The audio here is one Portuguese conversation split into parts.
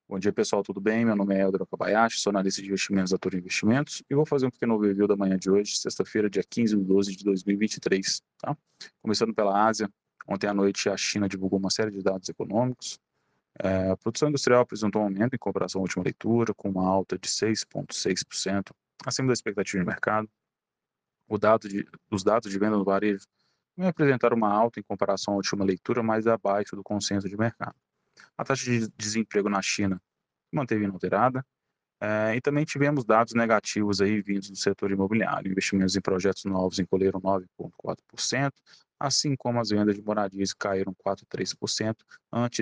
Bom dia, pessoal, tudo bem? Meu nome é Helder Okabayashi, sou analista de investimentos da Toro Investimentos e vou fazer um pequeno overview da manhã de hoje, sexta-feira, dia 15/12 de 2023, tá? Começando pela Ásia, ontem à noite a China divulgou uma série de dados econômicos. A produção industrial apresentou um aumento em comparação à última leitura, com uma alta de 6,6%, acima da expectativa de mercado. Os dados de venda no varejo também apresentaram uma alta em comparação à última leitura, mas abaixo do consenso de mercado. A taxa de desemprego na China manteve inalterada. E também tivemos dados negativos aí vindos do setor imobiliário. Investimentos em projetos novos encolheram 9,4%, assim como as vendas de moradias caíram 4,3%, ante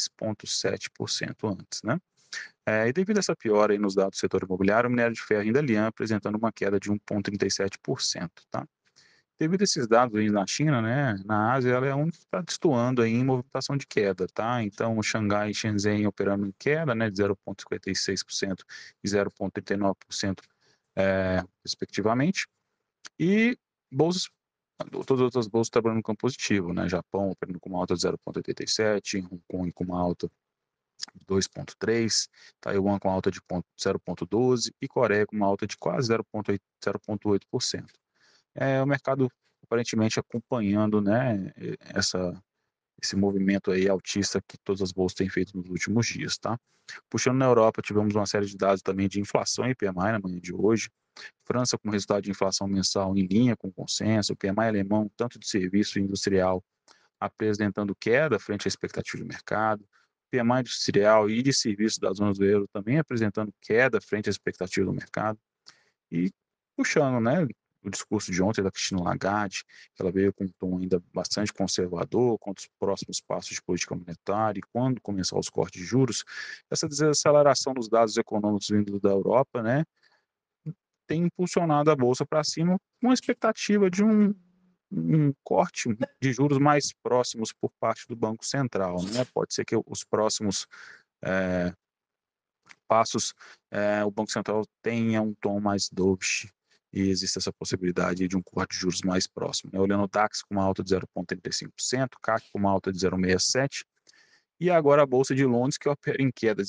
3,7% antes, né? E devido a essa piora aí nos dados do setor imobiliário, o minério de ferro ainda Lian apresentando uma queda de 1,37%, tá? Devido a esses dados aí na China, né, na Ásia, ela é a única que está destoando aí em movimentação de queda, tá? Então, o Xangai e Shenzhen operando em queda, né, de 0,56% e 0,39%, respectivamente. E bolsas, todas as outras bolsas trabalhando no campo positivo, né? Japão operando com uma alta de 0,87, Hong Kong com uma alta de 2,3, Taiwan com alta de 0,12 e Coreia com uma alta de quase 0,8%. O mercado aparentemente acompanhando, né, esse movimento aí altista que todas as bolsas têm feito nos últimos dias, tá? Puxando na Europa, tivemos uma série de dados também de inflação e PMI na manhã de hoje. França com resultado de inflação mensal em linha com consenso, o PMI alemão, tanto de serviço e industrial, apresentando queda frente à expectativa de mercado. PMI industrial e de serviço da zona do euro também apresentando queda frente à expectativa do mercado. E puxando, né, o discurso de ontem da Christine Lagarde, que ela veio com um tom ainda bastante conservador quanto aos próximos passos de política monetária e quando começar os cortes de juros, essa desaceleração dos dados econômicos vindo da Europa, né, tem impulsionado a bolsa para cima com a expectativa de um corte de juros mais próximos por parte do Banco Central, né? Pode ser que os próximos eh, passos, o Banco Central tenha um tom mais dovish e existe essa possibilidade de um corte de juros mais próximo, né? Olhando o DAX com uma alta de 0,35%, CAC com uma alta de 0,67%, e agora a Bolsa de Londres, que opera em queda de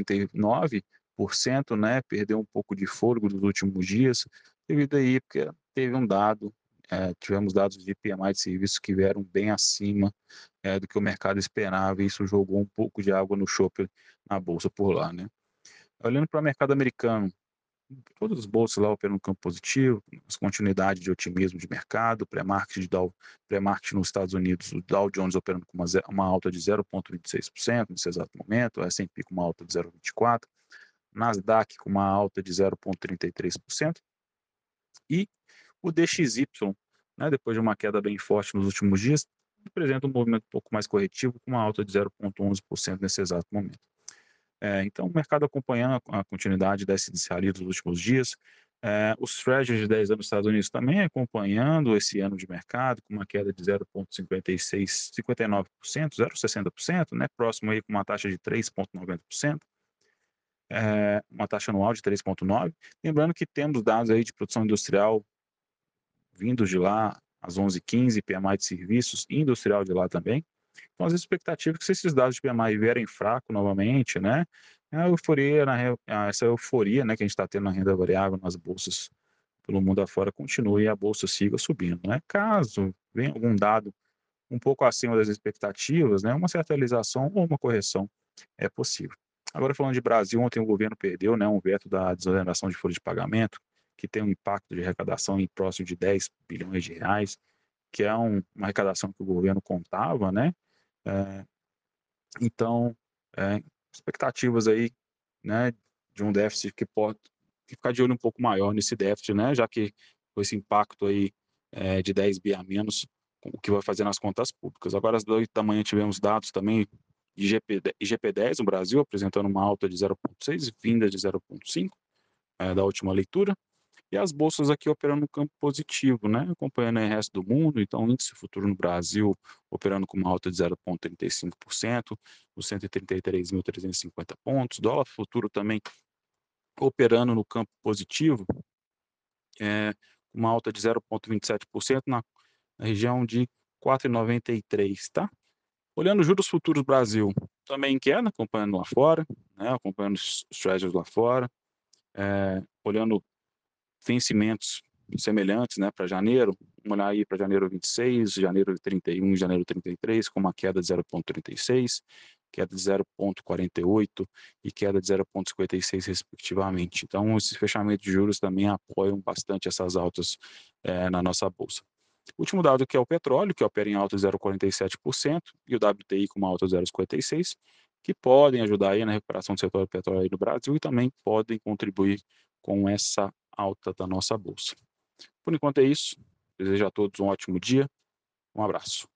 0,49%, né? Perdeu um pouco de fôlego nos últimos dias, devido aí, porque teve um dado, tivemos dados de PMI de serviços que vieram bem acima do que o mercado esperava, e isso jogou um pouco de água no chope na Bolsa por lá, né? Olhando para o mercado americano, todas as bolsas lá operam no campo positivo, as continuidade de otimismo de mercado, pré-market nos Estados Unidos, o Dow Jones operando com uma alta de 0,26% nesse exato momento, o S&P com uma alta de 0,24%, Nasdaq com uma alta de 0,33% e o DXY, né, depois de uma queda bem forte nos últimos dias, apresenta um movimento um pouco mais corretivo com uma alta de 0,11% nesse exato momento. Então, o mercado acompanhando a continuidade desse rally dos últimos dias, os Treasuries de 10 anos dos Estados Unidos também acompanhando esse ano de mercado, com uma queda de 0,59%, 0,60%, né, próximo aí com uma taxa de 3,90%, uma taxa anual de 3,9%. Lembrando que temos dados aí de produção industrial vindos de lá às 11h15, PMI de serviços industrial de lá também. Então, as expectativas que se esses dados de PMI vierem fraco novamente, né, essa euforia, né, que a gente está tendo na renda variável, nas bolsas pelo mundo afora, continue e a bolsa siga subindo, né. Caso venha algum dado um pouco acima das expectativas, né, uma certa realização ou uma correção é possível. Agora falando de Brasil, ontem o governo perdeu, né, um veto da desoneração de folha de pagamento, que tem um impacto de arrecadação em próximo de 10 bilhões de reais, que é uma arrecadação que o governo contava, né, eh, então, expectativas aí, né, de um déficit que pode ficar de olho um pouco maior nesse déficit, né, já que com esse impacto aí, de 10 bi a menos, o que vai fazer nas contas públicas. Agora às 8 da manhã tivemos dados também de IGP-10 no Brasil, apresentando uma alta de 0,6, vinda de 0,5, da última leitura. E as bolsas aqui operando no campo positivo, né, acompanhando aí o resto do mundo, então o índice futuro no Brasil operando com uma alta de 0,35%, os 133.350 pontos, dólar futuro também operando no campo positivo, uma alta de 0,27% na região de 4,93, tá? Olhando juros futuros Brasil, também em queda, acompanhando lá fora, né, acompanhando os treasuries lá fora, olhando vencimentos semelhantes, né, para janeiro, vamos olhar aí para janeiro 26, janeiro 31, janeiro 33, com uma queda de 0,36, queda de 0,48 e queda de 0,56 respectivamente. Então, esses fechamentos de juros também apoiam bastante essas altas na nossa bolsa. O último dado que é o petróleo, que opera em alta de 0,47%, e o WTI com uma alta de 0,56%, que podem ajudar aí na recuperação do setor do petróleo aí no Brasil e também podem contribuir com essa alta da nossa bolsa. Por enquanto é isso. Desejo a todos um ótimo dia. Um abraço.